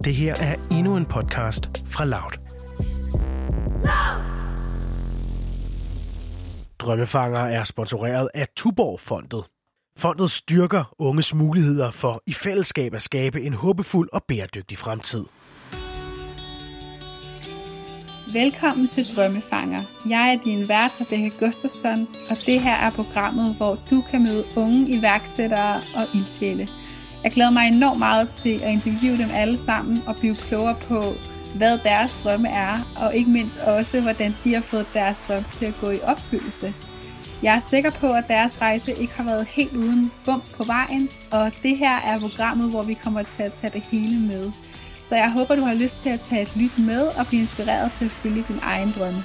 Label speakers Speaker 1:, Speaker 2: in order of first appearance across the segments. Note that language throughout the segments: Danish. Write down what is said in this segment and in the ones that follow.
Speaker 1: Det her er endnu en podcast fra Loud. Drømmefanger er sponsoreret af Tuborg-fondet. Fondet styrker unges muligheder for i fællesskab at skabe en håbefuld og bæredygtig fremtid.
Speaker 2: Velkommen til Drømmefanger. Jeg er din vært, Rebecca Gustafsson, og det her er programmet, hvor du kan møde unge iværksættere og ildsjæle. Jeg glæder mig enormt meget til at interviewe dem alle sammen og blive klogere på, hvad deres drømme er, og ikke mindst også, hvordan de har fået deres drøm til at gå i opfyldelse. Jeg er sikker på, at deres rejse ikke har været helt uden bump på vejen, og det her er programmet, hvor vi kommer til at tage det hele med. Så jeg håber, du har lyst til at tage et lyt med og blive inspireret til at følge din egen drømme.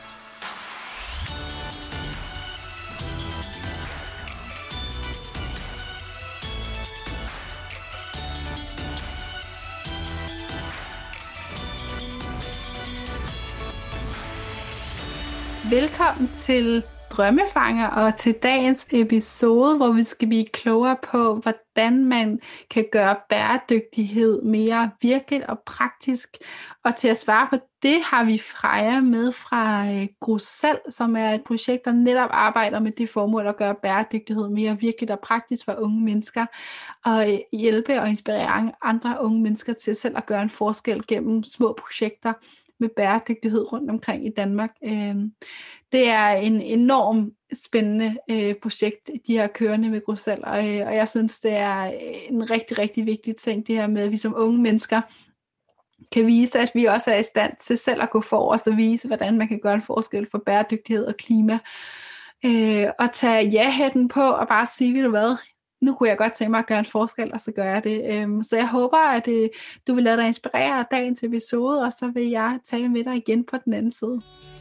Speaker 2: Velkommen til Drømmefanger og til dagens episode, hvor vi skal blive klogere på, hvordan man kan gøre bæredygtighed mere virkeligt og praktisk. Og til at svare på det har vi Freja med fra Grosel, som er et projekt, der netop arbejder med det formål at gøre bæredygtighed mere virkeligt og praktisk for unge mennesker, og hjælpe og inspirere andre unge mennesker til selv at gøre en forskel gennem små projekter med bæredygtighed rundt omkring i Danmark. Det er en enormt spændende projekt, de har kørende med Grosel, og jeg synes, det er en rigtig, rigtig vigtig ting, det her med, at vi som unge mennesker kan vise, at vi også er i stand til selv at gå forrest og vise, hvordan man kan gøre en forskel for bæredygtighed og klima. Og tage ja-hætten på og bare sige, ved du hvad, nu kunne jeg godt tænke mig at gøre en forskel, og så gør jeg det. Så jeg håber, at du vil lade dig inspirere af dagens episode, og så vil jeg tale med dig igen på den anden side.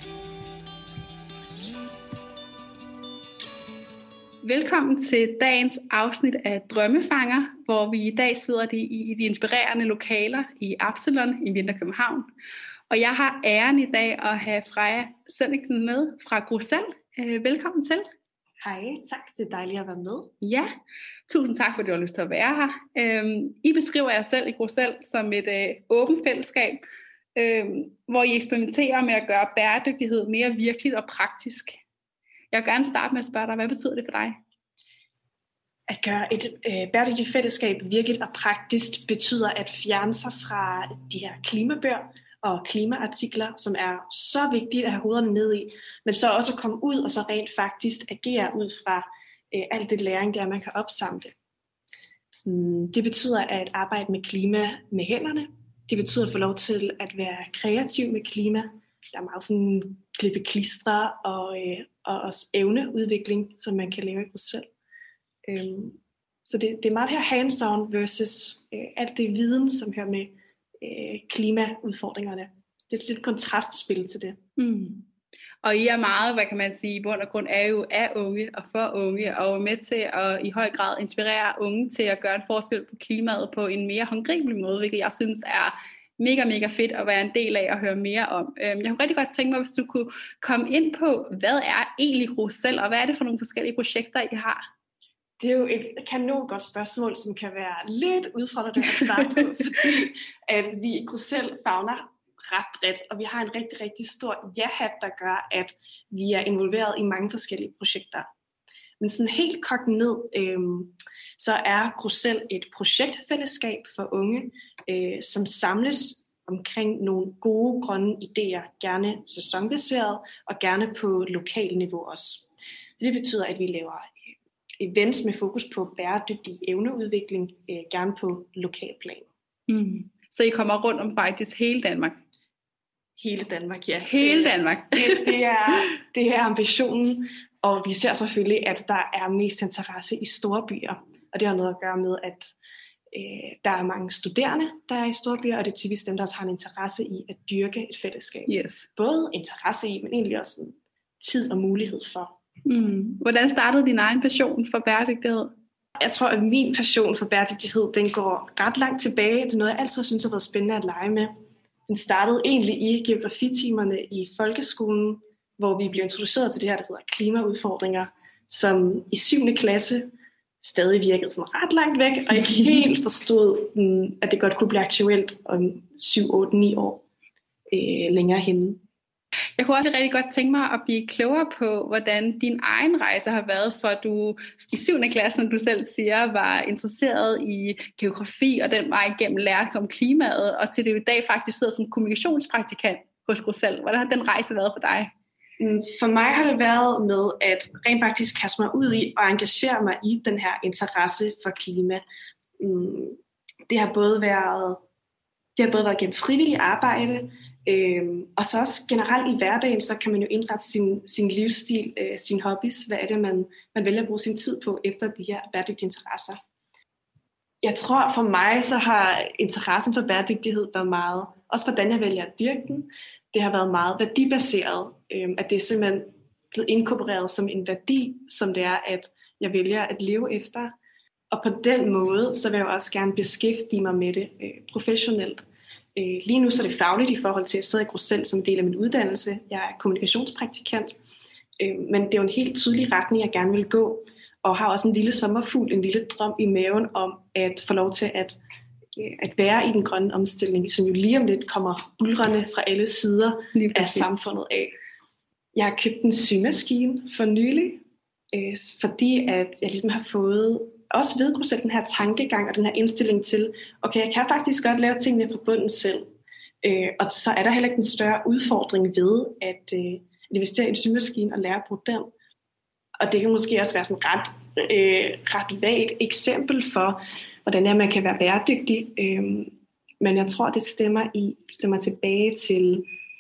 Speaker 2: Velkommen til dagens afsnit af Drømmefanger, hvor vi i dag sidder i de inspirerende lokaler i Absalon i Vinter København. Og jeg har æren i dag at have Freja Sønniksen med fra Grosel. Velkommen til.
Speaker 3: Hej, tak. Det er dejligt at være med.
Speaker 2: Ja, tusind tak, fordi du har lyst til at være her. I beskriver jer selv i Grosel som et åbent fællesskab, hvor I eksperimenterer med at gøre bæredygtighed mere virkeligt og praktisk. Jeg vil gerne starte med at spørge dig, hvad betyder det for dig?
Speaker 3: At gøre et bæredygtigt fællesskab virkeligt og praktisk betyder at fjerne sig fra de her klimabøger og klimaartikler, som er så vigtigt at have hovederne ned i, men så også at komme ud og så rent faktisk agere ud fra alt det læring, der man kan opsamle. Det betyder at arbejde med klima med hænderne. Det betyder at få lov til at være kreativ med klima. Der er meget sådan klippe klistre og også evneudvikling, som man kan lave i Grosel. Så det er meget her hands-on versus alt det viden, som hører med klimaudfordringerne. Det er et lidt kontrastspil til det.
Speaker 2: Og I er meget, hvad kan man sige, i bund og grund er jo af unge og for unge, og er med til at i høj grad inspirere unge til at gøre en forskel på klimaet på en mere håndgribelig måde, hvilket jeg synes er mega, mega fedt at være en del af og høre mere om. Jeg kunne rigtig godt tænke mig, hvis du kunne komme ind på, hvad er egentlig Grosel, og hvad er det for nogle forskellige projekter, I har?
Speaker 3: Det er jo et kanon godt spørgsmål, som kan være lidt udfordrende at svare på, fordi at vi i Grosel favner ret bredt, og vi har en rigtig, rigtig stor ja-hat, der gør, at vi er involveret i mange forskellige projekter. Men sådan helt kogt ned, så er Grosel et projektfællesskab for unge, som samles omkring nogle gode grønne idéer, gerne sæsonbaseret og gerne på lokal niveau også. Det betyder, at vi laver events med fokus på bæredygtig evneudvikling, gerne på lokalplan.
Speaker 2: Så I kommer rundt om faktisk hele Danmark?
Speaker 3: Hele Danmark, ja.
Speaker 2: Hele Danmark?
Speaker 3: Det er ambitionen, og vi ser selvfølgelig, at der er mest interesse i store byer. Og det har noget at gøre med, at der er mange studerende, der er i store byer, og det er typisk dem, der har en interesse i at dyrke et fællesskab.
Speaker 2: Yes.
Speaker 3: Både interesse i, men egentlig også tid og mulighed for.
Speaker 2: Hvordan startede din egen passion for bæredygtighed?
Speaker 3: Jeg tror, at min passion for bæredygtighed, den går ret langt tilbage. Det er noget, jeg altid synes har været spændende at lege med. Den startede egentlig i geografitimerne i folkeskolen, hvor vi blev introduceret til det her, der hedder klimaudfordringer, som i 7. klasse stadig virkede sådan ret langt væk, og ikke helt forstod, at det godt kunne blive aktuelt om 7, 8, 9 år længere henne.
Speaker 2: Jeg kunne også rigtig godt tænke mig at blive klogere på, hvordan din egen rejse har været, for at du i 7. klasse, som du selv siger, var interesseret i geografi, og den vej igennem lærte om klimaet, og til det i dag faktisk sidder som kommunikationspraktikant hos Grossell. Hvordan har den rejse været for dig?
Speaker 3: For mig har det været med at rent faktisk kaste mig ud i og engagere mig i den her interesse for klima. Det har både været gennem frivillig arbejde, og så også generelt i hverdagen, så kan man jo indrette sin livsstil, sine hobbies. Hvad er det, man vælger at bruge sin tid på efter de her bæredygtige interesser? Jeg tror for mig, så har interessen for bæredygtighed været meget, også hvordan jeg vælger at dyrke den. Det har været meget værdibaseret, at det er simpelthen blevet inkorporeret som en værdi, som det er, at jeg vælger at leve efter. Og på den måde, så vil jeg også gerne beskæftige mig med det professionelt. Lige nu så er det fagligt i forhold til at sidde i Grossell som del af min uddannelse. Jeg er kommunikationspraktikant, men det er jo en helt tydelig retning, jeg gerne vil gå. Og har også en lille sommerfugl, en lille drøm i maven om at få lov til at være i den grønne omstilling, som jo lige om lidt kommer buldrende fra alle sider af samfundet af. Jeg har købt en symaskine for nylig, fordi at jeg ligesom har fået, også ved Grossell, den her tankegang og den her indstilling til, okay, jeg kan faktisk godt lave tingene fra bunden selv. Og så er der heller ikke en større udfordring ved at investere i en symaskine og lære at bruge den. Og det kan måske også være sådan ret vagt eksempel for, hvordan man kan være bæredygtig. Men jeg tror, det stemmer tilbage til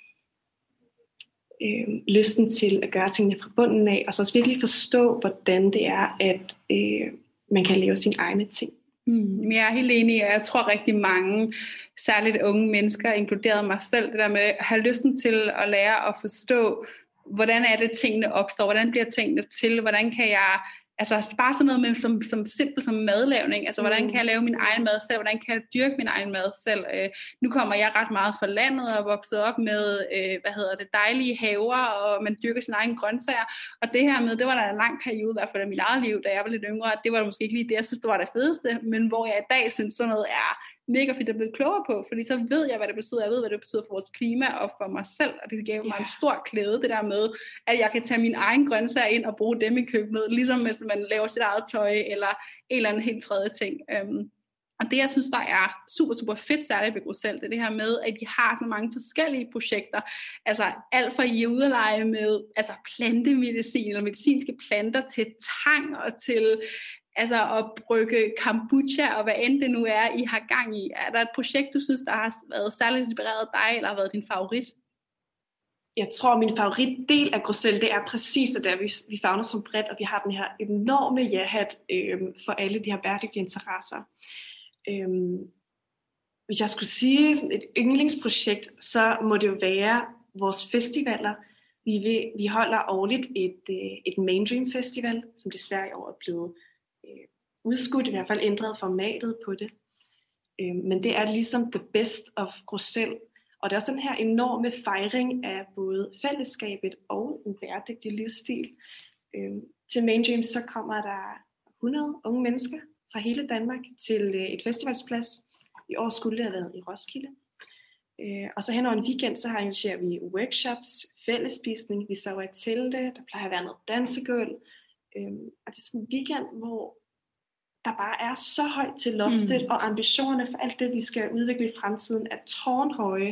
Speaker 3: lysten til at gøre tingene fra bunden af, og så også virkelig forstå, hvordan det er, at man kan lave sine egne ting.
Speaker 2: Jeg er helt enig, og jeg tror rigtig mange, særligt unge mennesker, inkluderet mig selv, det der med at have lysten til at lære at forstå, hvordan er det, tingene opstår, hvordan bliver tingene til, hvordan kan jeg, altså bare sådan noget med som simpelt som madlavning, altså hvordan kan jeg lave min egen mad selv, hvordan kan jeg dyrke min egen mad selv. Nu kommer jeg ret meget fra landet og vokset op med, dejlige haver, og man dyrker sin egen grøntsager, og det her med, det var der en lang periode, i hvert fald af mit eget liv, da jeg var lidt yngre, det var måske ikke lige det, jeg synes, det var det fedeste, men hvor jeg i dag synes, sådan noget er mega fedt at blive klogere på, fordi så ved jeg, hvad det betyder. Jeg ved, hvad det betyder for vores klima og for mig selv, og det gav mig en stor glæde, det der med, at jeg kan tage mine egne grøntsager ind og bruge dem i køkkenet, ligesom hvis man laver sit eget tøj, eller en eller anden helt tredje ting. Og det, jeg synes, der er super, super fedt, særligt ved Grossell, det er det her med, at de har så mange forskellige projekter. Altså alt fra I ude at lege med plantemedicin, eller medicinske planter, til tang og til at brygge kombucha, og hvad end det nu er, I har gang i. Er der et projekt, du synes, der har været særligt inspireret dig, eller har været din favorit?
Speaker 3: Jeg tror, min favoritdel af Grossell, det er præcis det der, vi favner som bredt, og vi har den her enorme ja-hat for alle de her bæredygtige interesser. Hvis jeg skulle sige sådan et yndlingsprojekt, så må det jo være vores festivaler. Vi holder årligt et Mainstream Festival, som desværre i år er blevet udskudt, i hvert fald ændret formatet på det. Men det er ligesom the best of Grossell. Og det er også den her enorme fejring af både fællesskabet og en bæredygtig livsstil. Til Mainstream så kommer der 100 unge mennesker fra hele Danmark til et festivalsplads. I år skulle det have været i Roskilde. Og så hen over en weekend, så arrangerer vi workshops, fællesspisning, vi sover i telte, der plejer at være noget dansegulv. Og det er sådan en weekend, hvor der bare er så højt til loftet, og ambitionerne for alt det, vi skal udvikle i fremtiden, er tårnhøje.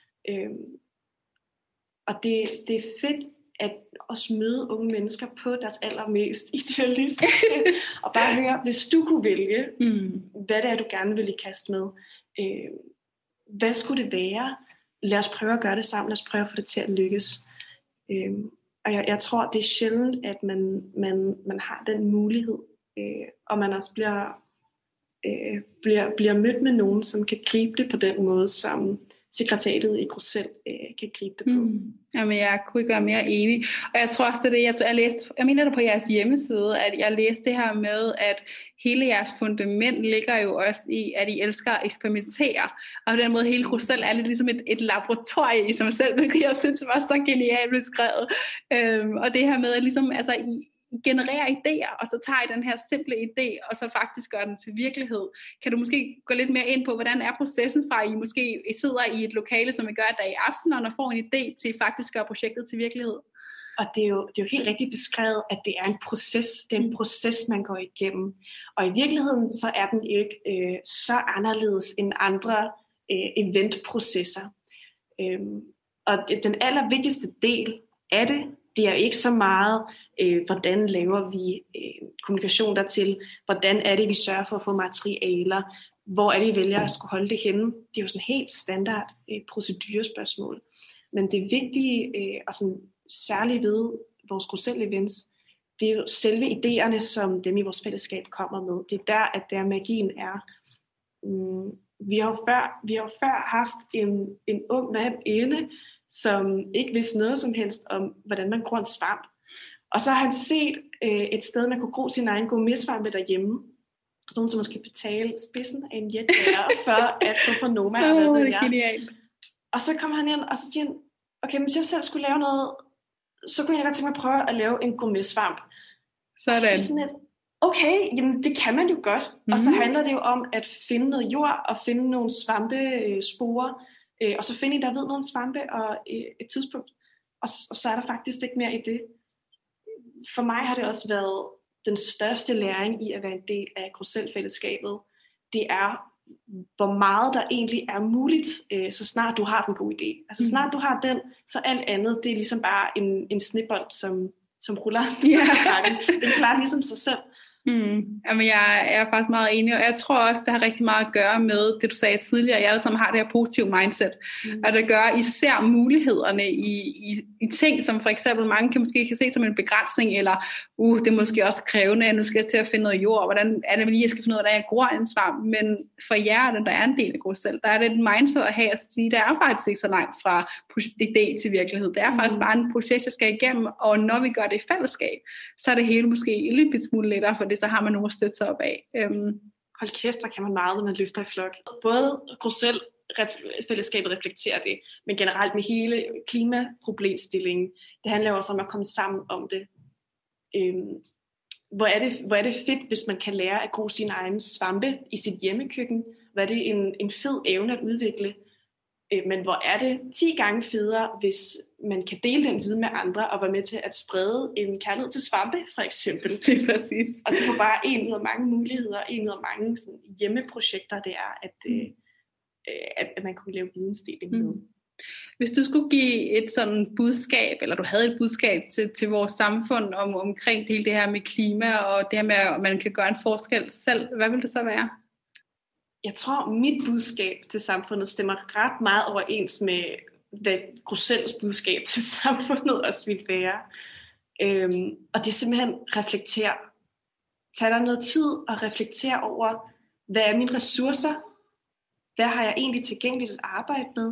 Speaker 3: Og det er fedt at også møde unge mennesker på deres allermest idealistiske, og bare høre, hvis du kunne vælge, hvad det er, du gerne vil i kast med, hvad skulle det være? Lad os prøve at gøre det sammen, lad os prøve at få det til at lykkes. Og jeg tror, det er sjældent, at man har den mulighed, og man også bliver mødt med nogen, som kan gribe det på den måde, som sekretariatet i Grossell kan gribe det på.
Speaker 2: Jamen, jeg kunne ikke være mere enig. Og jeg tror også, det er det, jeg læste, jeg mener det på jeres hjemmeside, at jeg læste det her med, at hele jeres fundament ligger jo også i, at I elsker at eksperimentere. Og på den måde, hele Grossell er lidt ligesom et laboratorie i sig selv, hvilket jeg synes var så genialt beskrevet. Og det her med, at ligesom, genererer idéer, og så tager I den her simple idé, og så faktisk gør den til virkelighed. Kan du måske gå lidt mere ind på, hvordan er processen fra, I måske sidder i et lokale, som I gør i dag i aften, og får en idé til faktisk at gøre projektet til virkelighed?
Speaker 3: Og det er jo helt rigtigt beskrevet, at det er en proces. Det er en proces, man går igennem. Og i virkeligheden, så er den ikke så anderledes end andre eventprocesser. Og den allervigtigste del af det er ikke så meget, hvordan laver vi kommunikation dertil, hvordan er det, vi sørger for at få materialer, hvor er det, vi vælger at skulle holde det henne. Det er jo sådan helt standard procedurespørgsmål. Men det vigtige, og sådan særligt ved vores Grussel-events, det er jo selve idéerne, som dem i vores fællesskab kommer med. Det er der, at der magien er. Vi har jo før haft en ung mand inde, som ikke vidste noget som helst om, hvordan man gror en svamp. Og så har han set et sted, man kunne gro sin egen gourmetsvampe derhjemme. Så nogen, som måske betale spidsen af en jetlærer for at få på Noma. Og så kommer han ind, og så siger han, okay, men hvis jeg selv skulle lave noget, så kunne jeg godt tænke mig at prøve at lave en gourmetsvamp.
Speaker 2: Sådan.
Speaker 3: Sådan okay, jamen det kan man jo godt. Og så handler det jo om at finde noget jord, og finde nogle svampesporer, og så finde en, der ved nogle svampe, og et tidspunkt. Og så er der faktisk ikke mere i det. For mig har det også været den største læring i at være en del af Grussel-fællesskabet. Det er, hvor meget der egentlig er muligt, så snart du har den gode idé. Altså snart du har den, så alt andet, det er ligesom bare en snebold, som ruller. Den klarer ligesom sig selv.
Speaker 2: Jamen, jeg er faktisk meget enig, og jeg tror også, det har rigtig meget at gøre med det, du sagde tidligere. Jeg alle sammen har det her positive mindset, og det gør især mulighederne i ting, som for eksempel mange kan se som en begrænsning, eller det er måske også krævende, at nu skal jeg til at finde noget jord, hvordan er det lige, jeg skal finde ud af, hvordan jeg gror en svamp. Men for jer, der er en del af Grussel, der er det et mindset at have at sige, der er faktisk ikke så langt fra idé til virkelighed. Det er faktisk bare en proces, jeg skal igennem, og når vi gør det i fællesskab, så er det hele måske en lille smule lettere, for det så har man nogen at støtte sig op af.
Speaker 3: Hold kæft, der kan man meget, når man løfter i flok. Både Grussel-fællesskabet reflekterer det, men generelt med hele klimaproblemstillingen. Det handler også om at komme sammen om det. Hvor er det fedt, hvis man kan lære at gro sine egne svampe i sit hjemmekøkken. Hvor er det en fed evne at udvikle. Men hvor er det 10 gange federe, hvis man kan dele den viden med andre, og være med til at sprede en kærlighed til svampe, for eksempel.
Speaker 2: Det er præcis.
Speaker 3: Og det er bare en ud af mange muligheder, en ud af mange sådan, hjemmeprojekter, det er, at man kunne lave vidensdeling med.
Speaker 2: Hvis du skulle give et sådan budskab, eller du havde et budskab til vores samfund omkring hele det her med klima, og det her med, at man kan gøre en forskel selv, hvad vil det så være?
Speaker 3: Jeg tror, mit budskab til samfundet stemmer ret meget overens med, hvad Grussels budskab til samfundet også vil være. Og det er simpelthen reflektere. Tag dig noget tid og reflektere over, hvad er mine ressourcer? Hvad har jeg egentlig tilgængeligt at arbejde med?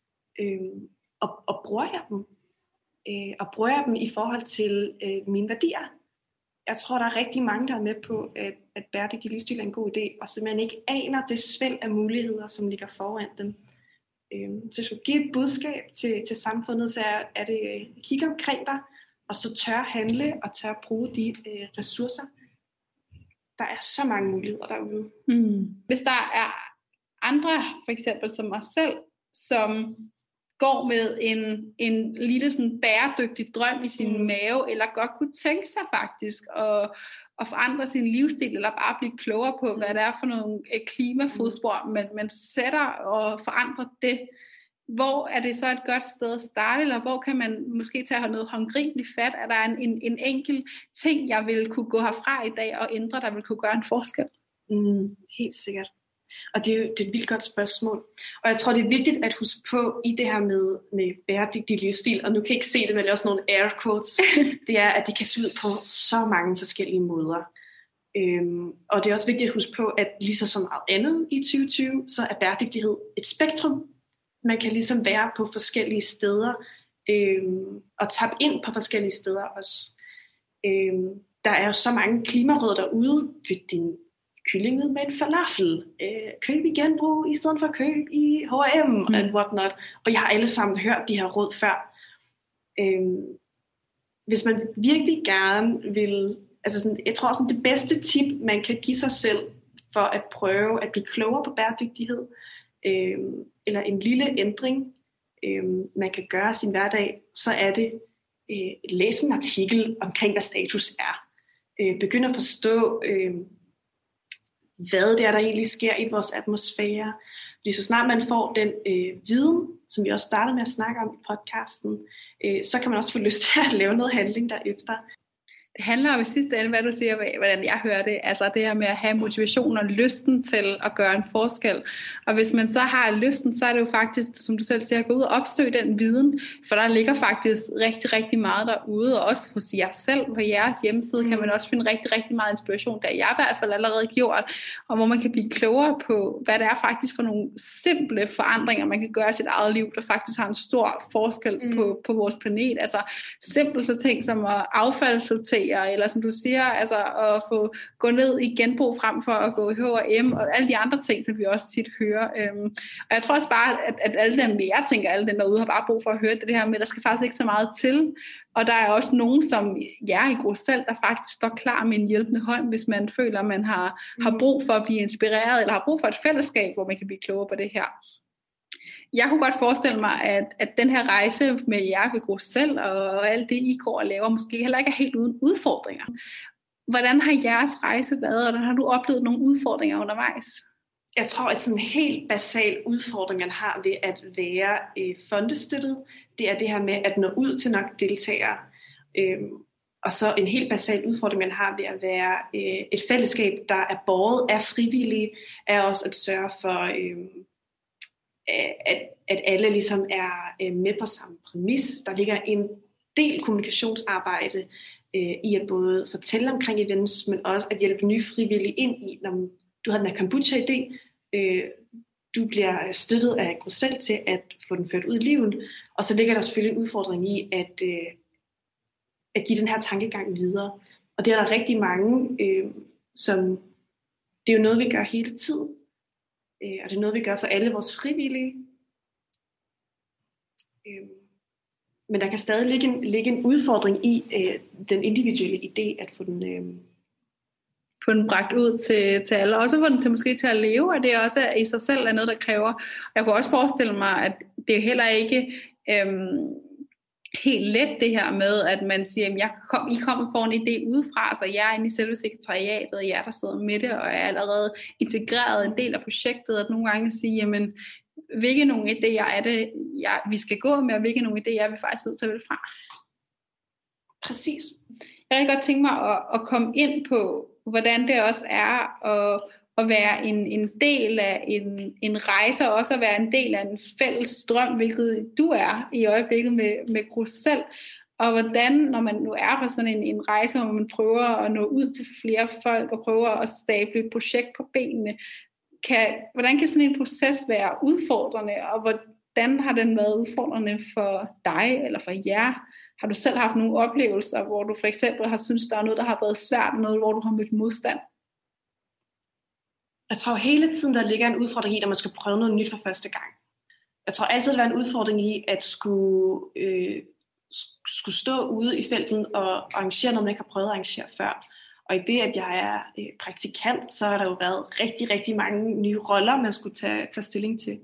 Speaker 3: Og bruger jeg dem? Og bruger jeg dem i forhold til mine værdier? Jeg tror, der er rigtig mange, der er med på, at bæredygtig livsstil er en god idé, og simpelthen ikke aner det svæld af muligheder, som ligger foran dem. Så jeg skulle give et budskab til samfundet, så er det kigge omkring dig, og så tør handle og tør bruge de ressourcer. Der er så mange muligheder derude.
Speaker 2: Hvis der er andre, for eksempel som mig selv, som går med en lille sådan bæredygtig drøm i sin mave, eller godt kunne tænke sig faktisk at forandre sin livsstil, eller bare blive klogere på, hvad det er for nogle klimafodspor, man sætter og forandrer det. Hvor er det så et godt sted at starte, eller hvor kan man måske tage noget håndgribeligt fat? Er der en enkelt ting, jeg vil kunne gå herfra i dag og ændre, der vil kunne gøre en forskel?
Speaker 3: Helt sikkert. Og det er et vildt godt spørgsmål. Og jeg tror, det er vigtigt at huske på i det her med bæredygtig livsstil, og nu kan jeg ikke se det, men det er også nogle air quotes, det er, at det kan se ud på så mange forskellige måder. Og det er også vigtigt at huske på, at ligesom så meget andet i 2020, så er bæredygtighed et spektrum. Man kan ligesom være på forskellige steder, og tappe ind på forskellige steder også. Der er jo så mange klimaråd derude. Byt din kylling ud med en falafel. Køb i genbrug i stedet for køb i H&M and whatnot. Og jeg har alle sammen hørt de her råd før. hvis man virkelig gerne vil, altså sådan, jeg tror sådan, det bedste tip, man kan give sig selv for at prøve at blive klogere på bæredygtighed, eller en lille ændring, man kan gøre i sin hverdag, så er det læse en artikel omkring, hvad status er. Begynde at forstå, hvad det er, der egentlig sker i vores atmosfære. Fordi så snart man får den viden, som vi også startede med at snakke om i podcasten, så kan man også få lyst til at lave noget handling derefter.
Speaker 2: Det handler om i sidste ende, hvad du siger, hvordan jeg hører det, altså det her med at have motivation og lysten til at gøre en forskel. Og hvis man så har lysten, så er det jo faktisk, som du selv siger, at gå ud og opsøge den viden, for der ligger faktisk rigtig, rigtig meget derude, og også hos jer selv på jeres hjemmeside kan man også finde rigtig, rigtig meget inspiration, der jeg i hvert fald allerede gjort, og hvor man kan blive klogere på, hvad det er faktisk for nogle simple forandringer, man kan gøre i sit eget liv, der faktisk har en stor forskel på vores planet. Altså simpelt så ting som at affaldssortere, eller som du siger, altså at gå ned i genbrug frem for at gå i H&M og alle de andre ting, som vi også tit hører. Og jeg tror også bare, at alle dem, jeg tænker, alle dem derude har bare brug for at høre det her med, der skal faktisk ikke så meget til. Og der er også nogen, som jer i Grosel, der faktisk står klar med en hjælpende hånd, hvis man føler, at man har brug for at blive inspireret, eller har brug for et fællesskab, hvor man kan blive klogere på det her. Jeg kunne godt forestille mig, at den her rejse med jer ved Grosel og alt det, I går og laver, måske heller ikke er helt uden udfordringer. Hvordan har jeres rejse været, og hvordan har du oplevet nogle udfordringer undervejs?
Speaker 3: Jeg tror, at sådan en helt basal udfordring, man har ved at være fondestøttet, det er det her med at nå ud til nok deltagere. Og så en helt basal udfordring, man har ved at være et fællesskab, der er båret af frivillige, er også at sørge for, at alle ligesom er med på samme præmis. Der ligger en del kommunikationsarbejde i at både fortælle omkring events, men også at hjælpe nye frivillige ind i, når du har den her kombucha-idé, du bliver støttet af Grosel til at få den ført ud i livet, og så ligger der selvfølgelig en udfordring i at give den her tankegang videre. Og det er der rigtig mange, som det er jo noget, vi gør hele tiden, og det er noget, vi gør for alle vores frivillige. Men der kan stadig ligge en udfordring i den individuelle idé, at få den
Speaker 2: bragt ud til alle, og også få den til måske til at leve, og det også i sig selv er noget, der kræver. Jeg kunne også forestille mig, at det er heller ikke helt let det her med, at man siger, at I kommer for en idé udefra, så jeg er inde i selve sekretariatet, og jer, der sidder med det, og er allerede integreret en del af projektet, at nogle gange sige, jamen, hvilke nogle idéer er det, vi skal gå med, og hvilke nogle idéer er vi faktisk nødt til at vælge fra.
Speaker 3: Præcis.
Speaker 2: Jeg vil godt tænke mig at komme ind på, hvordan det også er at være en del af en rejse, og også at være en del af en fælles drøm, hvilket du er i øjeblikket med Grosel. Og hvordan, når man nu er på sådan en rejse, hvor man prøver at nå ud til flere folk, og prøver at stable et projekt på benene, hvordan kan sådan en proces være udfordrende, og hvordan har den været udfordrende for dig eller for jer? Har du selv haft nogle oplevelser, hvor du for eksempel har syntes, der er noget, der har været svært, noget, hvor du har mødt modstand?
Speaker 3: Jeg tror hele tiden, der ligger en udfordring i, når man skal prøve noget nyt for første gang. Jeg tror altid, der er en udfordring i, at skulle stå ude i felten og arrangere noget, man ikke har prøvet at arrangere før. Og i det, at jeg er praktikant, så har der jo været rigtig, rigtig mange nye roller, man skulle tage stilling til.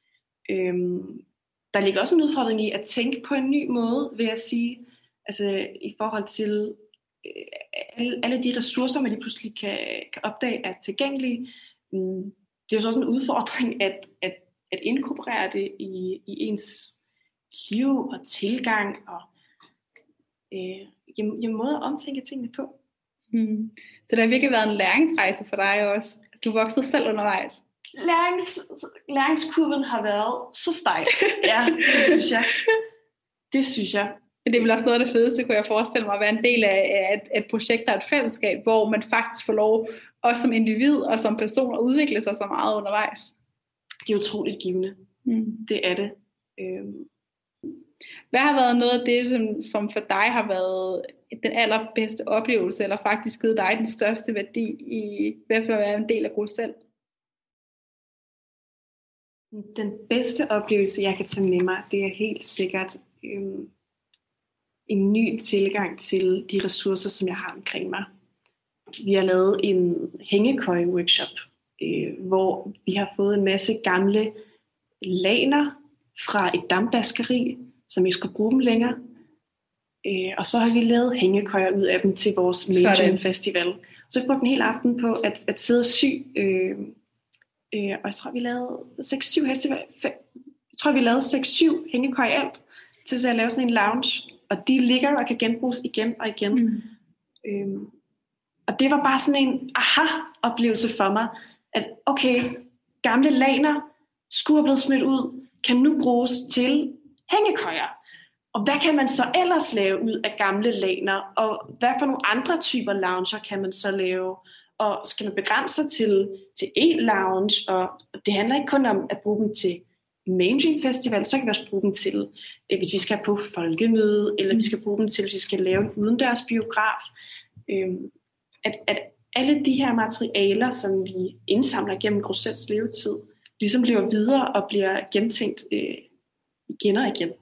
Speaker 3: Der ligger også en udfordring i at tænke på en ny måde, vil jeg sige, altså i forhold til alle de ressourcer, man lige pludselig kan opdage er tilgængelige. Det er jo så også en udfordring at inkorporere det i ens liv og tilgang og måde at omtænke tingene på.
Speaker 2: Så det har virkelig været en læringsrejse for dig også. Du voksede selv undervejs.
Speaker 3: Læringskurven har været så stejl. Ja, det synes jeg.
Speaker 2: Det er vel også noget af det fedeste, kunne jeg forestille mig, at være en del af et projekt, der er et fællesskab, hvor man faktisk får lov, også som individ og som person, at udvikle sig så meget undervejs.
Speaker 3: Det er utroligt givende. Det er det.
Speaker 2: Hvad har været noget af det, som for dig har været den allerbedste oplevelse, eller faktisk givet dig den største værdi i ved at være en del af Grosel?
Speaker 3: Den bedste oplevelse, jeg kan tage med mig, det er helt sikkert en ny tilgang til de ressourcer, som jeg har omkring mig. Vi har lavet en hængekøje-workshop, hvor vi har fået en masse gamle laner fra et dampvaskeri, som ikke skal bruge dem længere. Og så har vi lavet hængekøjer ud af dem til vores Major Festival. Så vi brugte en hel aften på at sidde og sy. Og jeg tror, vi lavede 6-7 hængekøjer alt, til at lave sådan en lounge. Og de ligger og kan genbruges igen og igen. Og det var bare sådan en aha-oplevelse for mig, at okay, gamle laner skulle have blevet smidt ud, kan nu bruges til hængekøjer. Og hvad kan man så ellers lave ud af gamle laner? Og hvad for nogle andre typer lounger kan man så lave? Og skal man begrænse sig til én lounge? Og det handler ikke kun om at bruge dem til Mainstream Festival, så kan vi også bruge dem til, hvis vi skal på folkemøde, eller vi skal bruge dem til, hvis vi skal lave en udendørs biograf. At alle de her materialer, som vi indsamler gennem Grossells levetid, ligesom lever videre og bliver gentænkt igen og igen.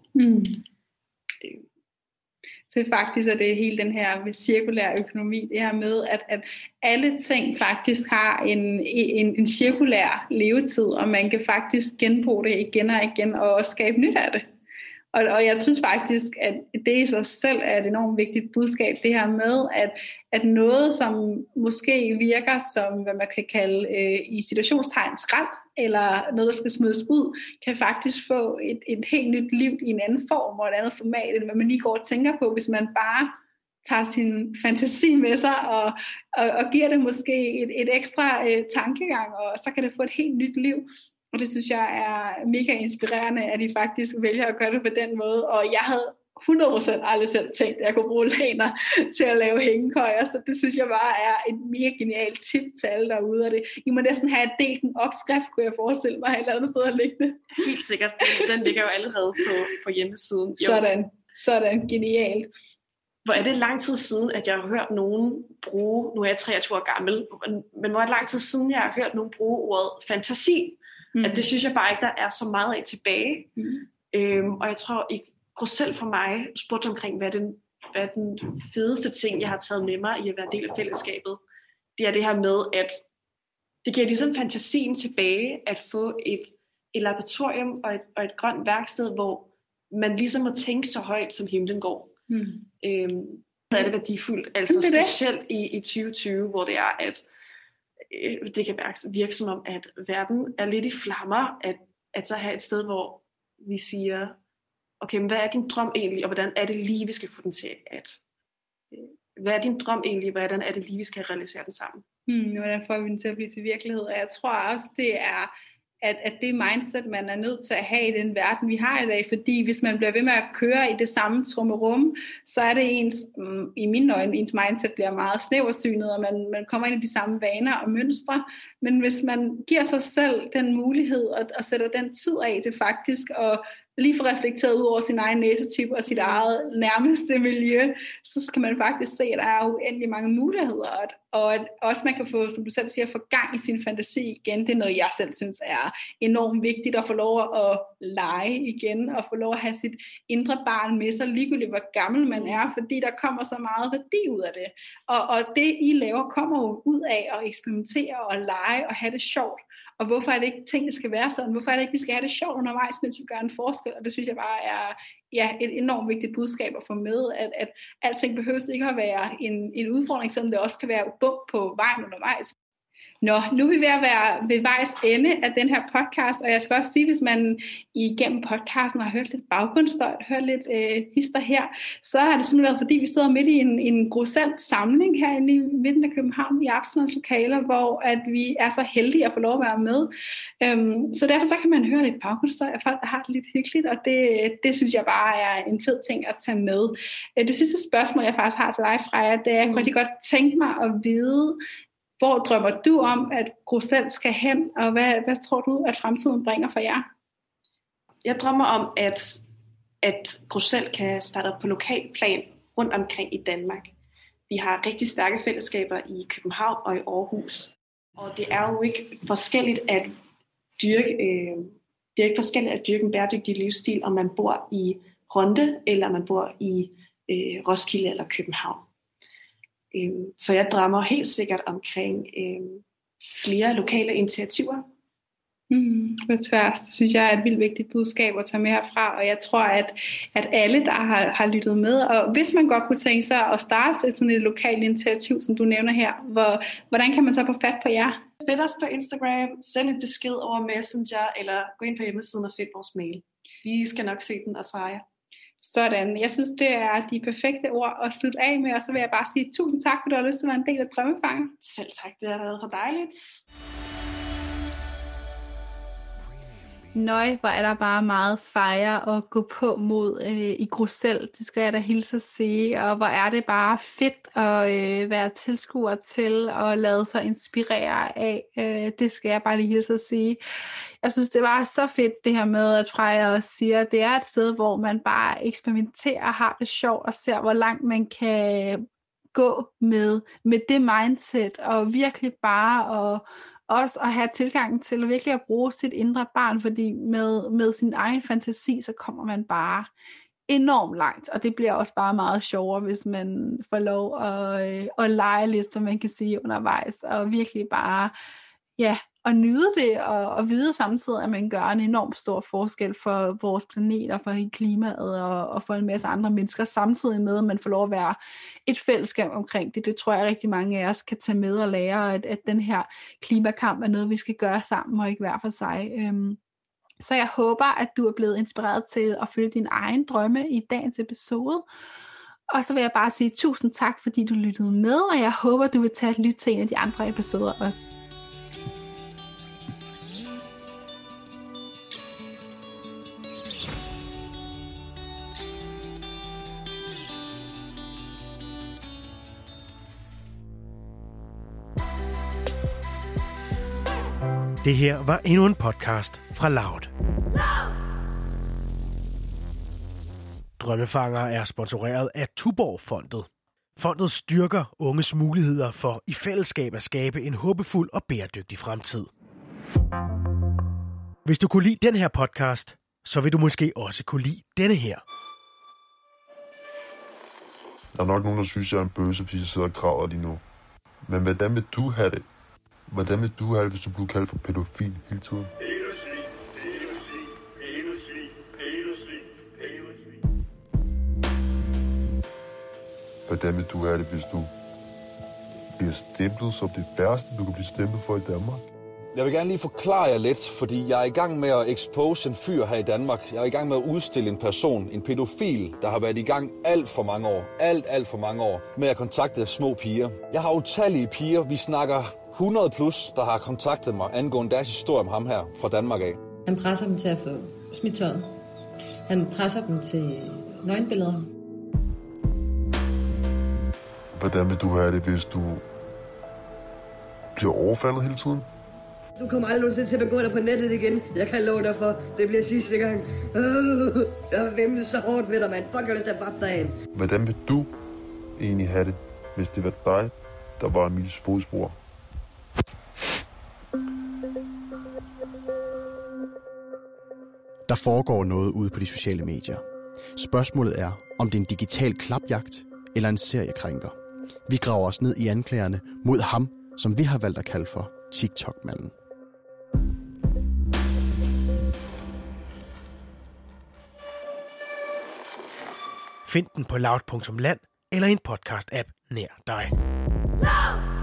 Speaker 2: Så faktisk er det hele den her med cirkulær økonomi, det her med, at alle ting faktisk har en cirkulær levetid, og man kan faktisk genbruge det igen og igen, og også skabe nyt af det. Og jeg synes faktisk, at det i sig selv er et enormt vigtigt budskab, det her med, at noget, som måske virker som, hvad man kan kalde i situationstegn skrald, eller noget, der skal smides ud, kan faktisk få et helt nyt liv i en anden form og et andet format, end hvad man lige går og tænker på, hvis man bare tager sin fantasi med sig og giver det måske et ekstra tankegang, og så kan det få et helt nyt liv. Og det synes jeg er mega inspirerende, at de faktisk vælger at gøre det på den måde. Og jeg havde 100% aldrig selv tænkt, at jeg kunne bruge laner til at lave hængekøjer. Så det synes jeg bare er et mega genialt tip til alle derude. Og det, I må næsten have delt en opskrift, kunne jeg forestille mig, et eller andet sted at lægge det.
Speaker 3: Helt sikkert. Den ligger jo allerede på hjemmesiden. Jo.
Speaker 2: Sådan. Genialt.
Speaker 3: Hvor er det lang tid siden, at jeg har hørt nogen bruge, nu er jeg 23 år gammel, men hvor er det lang tid siden, jeg har hørt nogen bruge ordet fantasi. At det synes jeg bare ikke, der er så meget af tilbage. Og jeg tror, i Grossell for mig spurgte omkring, hvad er den fedeste ting, jeg har taget med mig i at være del af fællesskabet. Det er det her med, at det giver ligesom fantasien tilbage, at få et laboratorium og et grønt værksted, hvor man ligesom må tænke så højt, som himlen går. Så er det værdifuldt. Altså specielt i 2020, hvor det er, at det kan virke som om, at verden er lidt i flammer, at så have et sted, hvor vi siger, okay, men hvad er din drøm egentlig, og hvordan er det lige, vi skal få den til hvad er din drøm egentlig, hvordan er det lige, vi skal realisere den sammen?
Speaker 2: Hvordan får vi den til at blive til virkelighed? Og jeg tror også, det er, at det mindset, man er nødt til at have i den verden, vi har i dag, fordi hvis man bliver ved med at køre i det samme trummerum, så er det i mine øjne, ens mindset bliver meget snæversynet, og man kommer ind i de samme vaner og mønstre. Men hvis man giver sig selv den mulighed og sætter den tid af til faktisk at lige få reflekteret ud over sin egen næsetip og sit eget nærmeste miljø, så kan man faktisk se, at der er uendelig mange muligheder, og at også man kan få, som du selv siger, få gang i sin fantasi igen. Det er noget, jeg selv synes er enormt vigtigt, at få lov at lege igen, og få lov at have sit indre barn med sig, ligegyldigt hvor gammel man er, fordi der kommer så meget værdi ud af det. Og det, I laver, kommer jo ud af at eksperimentere og lege og have det sjovt. Og hvorfor er det ikke, tingene skal være sådan? Hvorfor er det ikke, vi skal have det sjovt undervejs, mens vi gør en forskel? Og det synes jeg bare er et enormt vigtigt budskab at få med, at alting behøves ikke at være en udfordring, selvom det også kan være bump på vejen undervejs. Nå, nu er vi ved at være ved vejs ende af den her podcast, og jeg skal også sige, hvis man igennem podcasten har hørt lidt baggrundsstøj, hørt lidt hister her, så har det simpelthen været, fordi vi sidder midt i en Grossell samling herinde i midten af København i Absalons lokaler, hvor at vi er så heldige at få lov at være med. Så derfor så kan man høre lidt baggrundsstøj af folk, der har det lidt hyggeligt, og det synes jeg bare er en fed ting at tage med. Det sidste spørgsmål, jeg faktisk har til dig, Freja, det er, jeg kunne rigtig godt tænke mig at vide, hvor drømmer du om, at Grossell skal hen, og hvad tror du, at fremtiden bringer for jer?
Speaker 3: Jeg drømmer om, at Grossell kan starte op på lokalplan rundt omkring i Danmark. Vi har rigtig stærke fællesskaber i København og i Aarhus. Og det er jo ikke forskelligt at dyrke en bæredygtig livsstil, om man bor i Rønde, eller man bor i Roskilde eller København. Så jeg drømmer helt sikkert omkring flere lokale initiativer.
Speaker 2: På tværs, det synes jeg er et vildt vigtigt budskab at tage med herfra, og jeg tror, at alle, der har lyttet med, og hvis man godt kunne tænke sig at starte sådan et lokalt initiativ, som du nævner her, hvordan kan man så få fat på jer?
Speaker 3: Find os på Instagram, send en besked over Messenger, eller gå ind på hjemmesiden og find vores mail. Vi skal nok se den og svare jer.
Speaker 2: Sådan, jeg synes, det er de perfekte ord at slutte af med, og så vil jeg bare sige tusind tak, for du har lyst til at være en del af Drømmefanger.
Speaker 3: Selv tak, det har været for dejligt.
Speaker 2: Nøj, hvor er der bare meget fejre at gå på mod i Bruxelles, det skal jeg da hilse at sige, og hvor er det bare fedt at være tilskuer til og lade sig inspirere af, det skal jeg bare lige hilse at sige. Jeg synes, det var så fedt det her med, at Freja også siger, at det er et sted, hvor man bare eksperimenterer, har det sjovt og ser, hvor langt man kan gå med det mindset, og virkelig bare også at have tilgang til virkelig at bruge sit indre barn, fordi med sin egen fantasi, så kommer man bare enormt langt, og det bliver også bare meget sjovere, hvis man får lov at lege lidt, som man kan sige undervejs, og virkelig bare, ja, og nyde det, og vide samtidig, at man gør en enormt stor forskel for vores planet, og for klimaet, og for en masse andre mennesker, samtidig med, at man får lov at være et fællesskab omkring det. Det tror jeg rigtig mange af os kan tage med og lære, at den her klimakamp er noget, vi skal gøre sammen, og ikke hver for sig. Så jeg håber, at du er blevet inspireret til at følge din egen drømme i dagens episode. Og så vil jeg bare sige tusind tak, fordi du lyttede med, og jeg håber, du vil tage et lyt til en af de andre episoder også.
Speaker 1: Det her var endnu en podcast fra Loud. Drømmefanger er sponsoreret af Tuborg-fondet. Fondet styrker unges muligheder for i fællesskab at skabe en håbefuld og bæredygtig fremtid. Hvis du kunne lide den her podcast, så vil du måske også kunne lide denne her.
Speaker 4: Der er nok nogen, der synes, jeg er en bøsse, fordi jeg sidder og græder lige nu. Men hvordan vil du have det? Hvordan vil du have det, hvis du bliver kaldt for pædofil hele tiden? Hvordan vil du have det, hvis du bliver stemplet som det værste, du kan blive stemplet for i Danmark?
Speaker 5: Jeg vil gerne lige forklare jer lidt, fordi jeg er i gang med at expose en fyr her i Danmark. Jeg er i gang med at udstille en person, en pædofil, der har været i gang alt for mange år, alt for mange år, med at kontakte små piger. Jeg har utallige piger, vi snakker 100 plus, der har kontaktet mig angående deres historie om ham her fra Danmark af.
Speaker 6: Han presser dem til at få smidt tøjet. Han presser dem til nøgenbilleder.
Speaker 4: Hvordan vil du have det, hvis du bliver overfaldet hele tiden?
Speaker 7: Du kommer aldrig nogensinde til at begå dig på nettet igen. Jeg kan love dig for, det bliver sidste gang. Jeg har vemmet så hårdt ved dig, mand. Fuck, jeg har lyst til at vappe dig af.
Speaker 4: Hvordan vil du egentlig have det, hvis det var dig, der var Emils fodspor?
Speaker 8: Der foregår noget ude på de sociale medier. Spørgsmålet er, om det er en digital klapjagt eller en seriekrænker. Vi graver os ned i anklagerne mod ham, som vi har valgt at kalde for TikTok-manden.
Speaker 1: Find den på loud.land eller en podcast-app nær dig.